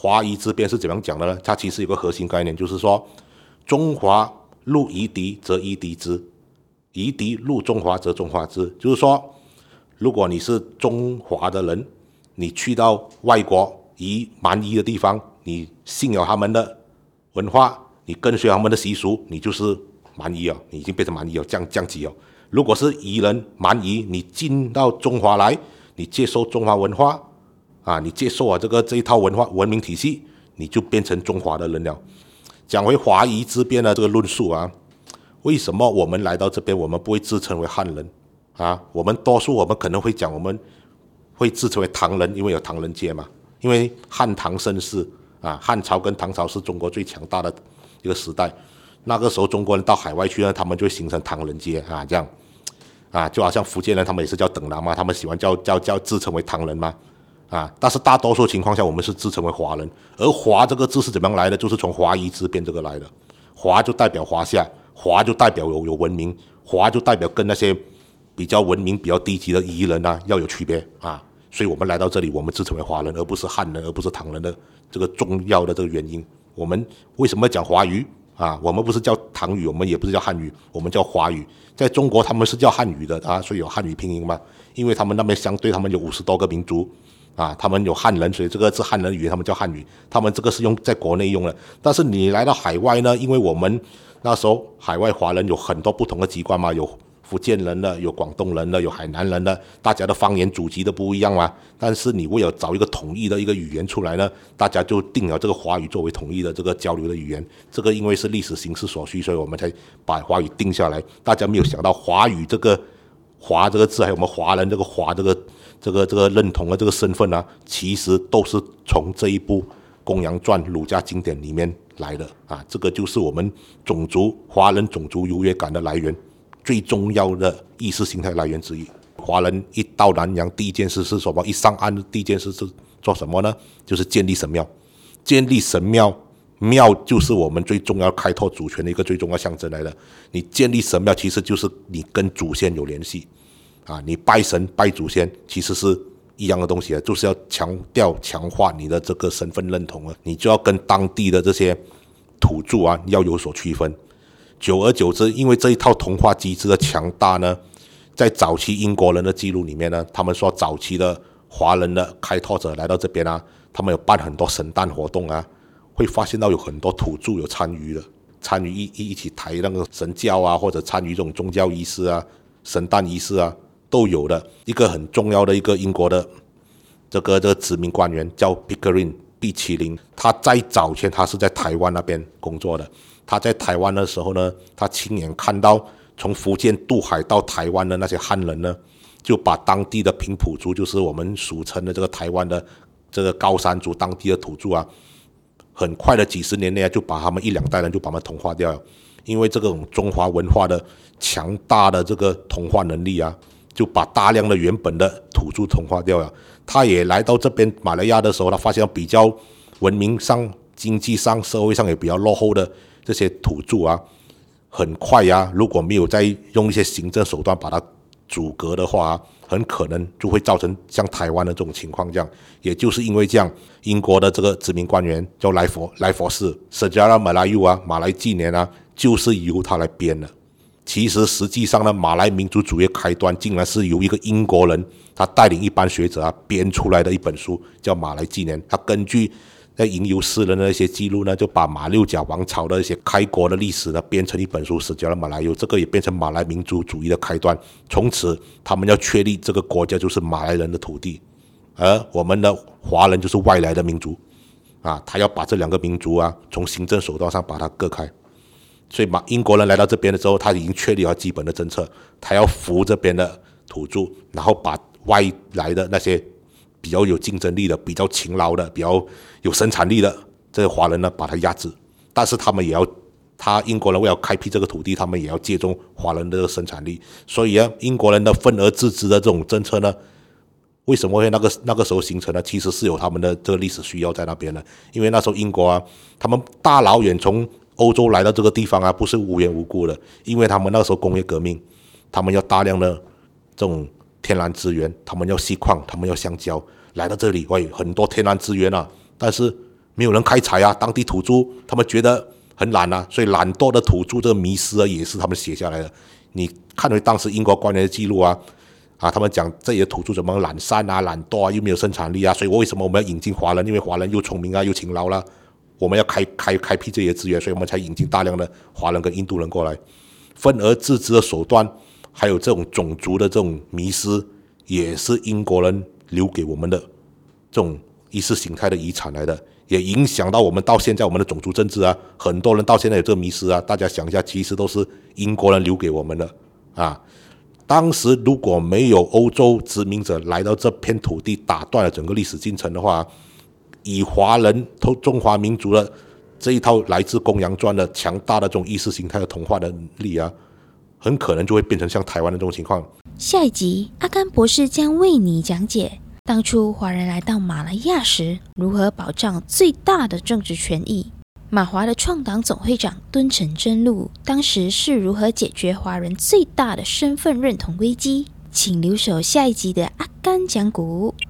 华夷之辨是怎样讲的呢？它其实有个核心概念，就是说中华入夷狄则夷狄之，夷狄入中华则中华之。就是说，如果你是中华的人，你去到外国蛮夷的地方，你信了他们的文化，你跟随他们的习俗，你就是蛮夷了，你已经变成蛮夷了，降级了。如果是夷人蛮夷，你进到中华来，你接受中华文化啊，你接受这一套文明体系，你就变成中华的人了。讲回华夷之辨的这个论述啊，为什么我们来到这边，我们不会自称为汉人啊？我们可能会讲，我们会自称为唐人，因为有唐人街嘛。因为汉唐盛世啊，汉朝跟唐朝是中国最强大的一个时代。那个时候中国人到海外去呢，他们就会形成唐人街啊，这样啊，就好像福建人他们也是叫等南嘛，他们喜欢叫自称为唐人嘛啊。但是大多数情况下，我们是自称为华人。而华这个字是怎么样来的？就是从华夷之辨这个来的。华就代表华夏，华就代表有文明，华就代表跟那些比较文明、比较低级的夷人啊要有区别啊。所以我们来到这里，我们自称为华人，而不是汉人，而不是唐人的这个重要的这个原因。我们为什么讲华语啊？我们不是叫唐语，我们也不是叫汉语，我们叫华语。在中国他们是叫汉语的啊，所以有汉语拼音嘛。因为他们那边相对他们有50多个民族啊，他们有汉人，所以这个是汉人语言，他们叫汉语。他们这个是用在国内用的，但是你来到海外呢，因为我们那时候海外华人有很多不同的籍贯嘛，有福建人的，有广东人的，有海南人的，大家的方言祖籍都不一样嘛。但是你为了找一个统一的一个语言出来呢，大家就定了这个华语作为统一的这个交流的语言。这个因为是历史形势所需，所以我们才把华语定下来。大家没有想到华语这个华这个字，还有我们华人这个华这个认同的这个身份啊，其实都是从这一部《公羊传》儒家经典里面来的啊。这个就是我们华人种族优越感的来源，最重要的意识形态来源之一。华人一到南洋，第一件事是什么？一上岸，第一件事是做什么呢？就是建立神庙。建立神庙，庙就是我们最重要开拓主权的一个最重要象征来的。你建立神庙，其实就是你跟祖先有联系啊。你拜神拜祖先，其实是一样的东西啊，就是要强化你的这个身份认同啊。你就要跟当地的这些土著啊要有所区分。久而久之，因为这一套同化机制的强大呢，在早期英国人的记录里面呢，他们说早期的华人的开拓者来到这边啊，他们有办很多神诞活动啊，会发现到有很多土著有参与一起抬那个神教啊，或者参与这种宗教仪式啊、神诞仪式啊，都有的。一个很重要的一个英国的这个殖民官员叫 Pickering 毕奇林，他在早前他是在台湾那边工作的。他在台湾的时候呢，他亲眼看到从福建渡海到台湾的那些汉人呢，就把当地的平埔族，就是我们俗称的这个台湾的这个高山族当地的土著啊，很快的几十年内就把他们1-2代人就把他们同化掉了。因为这种中华文化的强大的这个同化能力啊，就把大量的原本的土著同化掉了。他也来到这边马来亚的时候，他发现比较文明上、经济上、社会上也比较落后的这些土著啊，很快啊，如果没有再用一些行政手段把它阻隔的话啊，很可能就会造成像台湾的这种情况这样。也就是因为这样，英国的这个殖民官员叫莱佛士 Sejarah Melayu 啊，马来纪年啊，就是由他来编的。其实实际上呢，马来民族主义开端竟然是由一个英国人，他带领一班学者啊编出来的一本书，叫《马来纪年》。他根据在吟游诗人的一些记录呢，就把马六甲王朝的一些开国的历史呢编成一本书，是叫马来语。这个也变成马来民族主义的开端。从此，他们要确立这个国家就是马来人的土地，而我们的华人就是外来的民族啊。他要把这2个民族啊，从行政手段上把它割开。所以英国人来到这边的时候，他已经确立了基本的政策，他要扶这边的土著，然后把外来的那些比较有竞争力的、比较勤劳的、比较有生产力的这些华人呢，把它压制。但是他们也要，英国人为了开辟这个土地，他们也要借重华人的生产力。所以啊，英国人的分而治之的这种政策呢，为什么会那个时候形成呢？其实是有他们的这个历史需要在那边的。因为那时候英国啊，他们大老远从欧洲来到这个地方啊，不是无缘无故的，因为他们那时候工业革命，他们要大量的这种天然资源，他们要锡矿，他们要橡胶，来到这里，喂，很多天然资源啊，但是没有人开采啊，当地土著他们觉得很懒啊，所以懒惰的土著这个迷思啊，也是他们写下来的。你看回当时英国官员的记录啊，他们讲这里的土著怎么懒散啊、懒惰啊，又没有生产力啊，所以为什么我们要引进华人？因为华人又聪明啊，又勤劳啦，我们要开辟这些资源，所以我们才引进大量的华人跟印度人过来。分而治之的手段，还有这种种族的这种迷思，也是英国人留给我们的这种意识形态的遗产来的，也影响到我们到现在我们的种族政治啊，很多人到现在有这个迷思啊，大家想一下，其实都是英国人留给我们的啊。当时如果没有欧洲殖民者来到这片土地，打断了整个历史进程的话，以华人中华民族的这一套来自公羊传的强大的这种意识形态的同化的能力啊，很可能就会变成像台湾的这种情况。 下一集，阿甘博士将为你讲解当初华人来到马来亚时，如何保障最大的政治权益。马华的创党总会长敦诚真路当时是如何解决华人最大的身份认同危机？请留守下一集的阿甘讲古。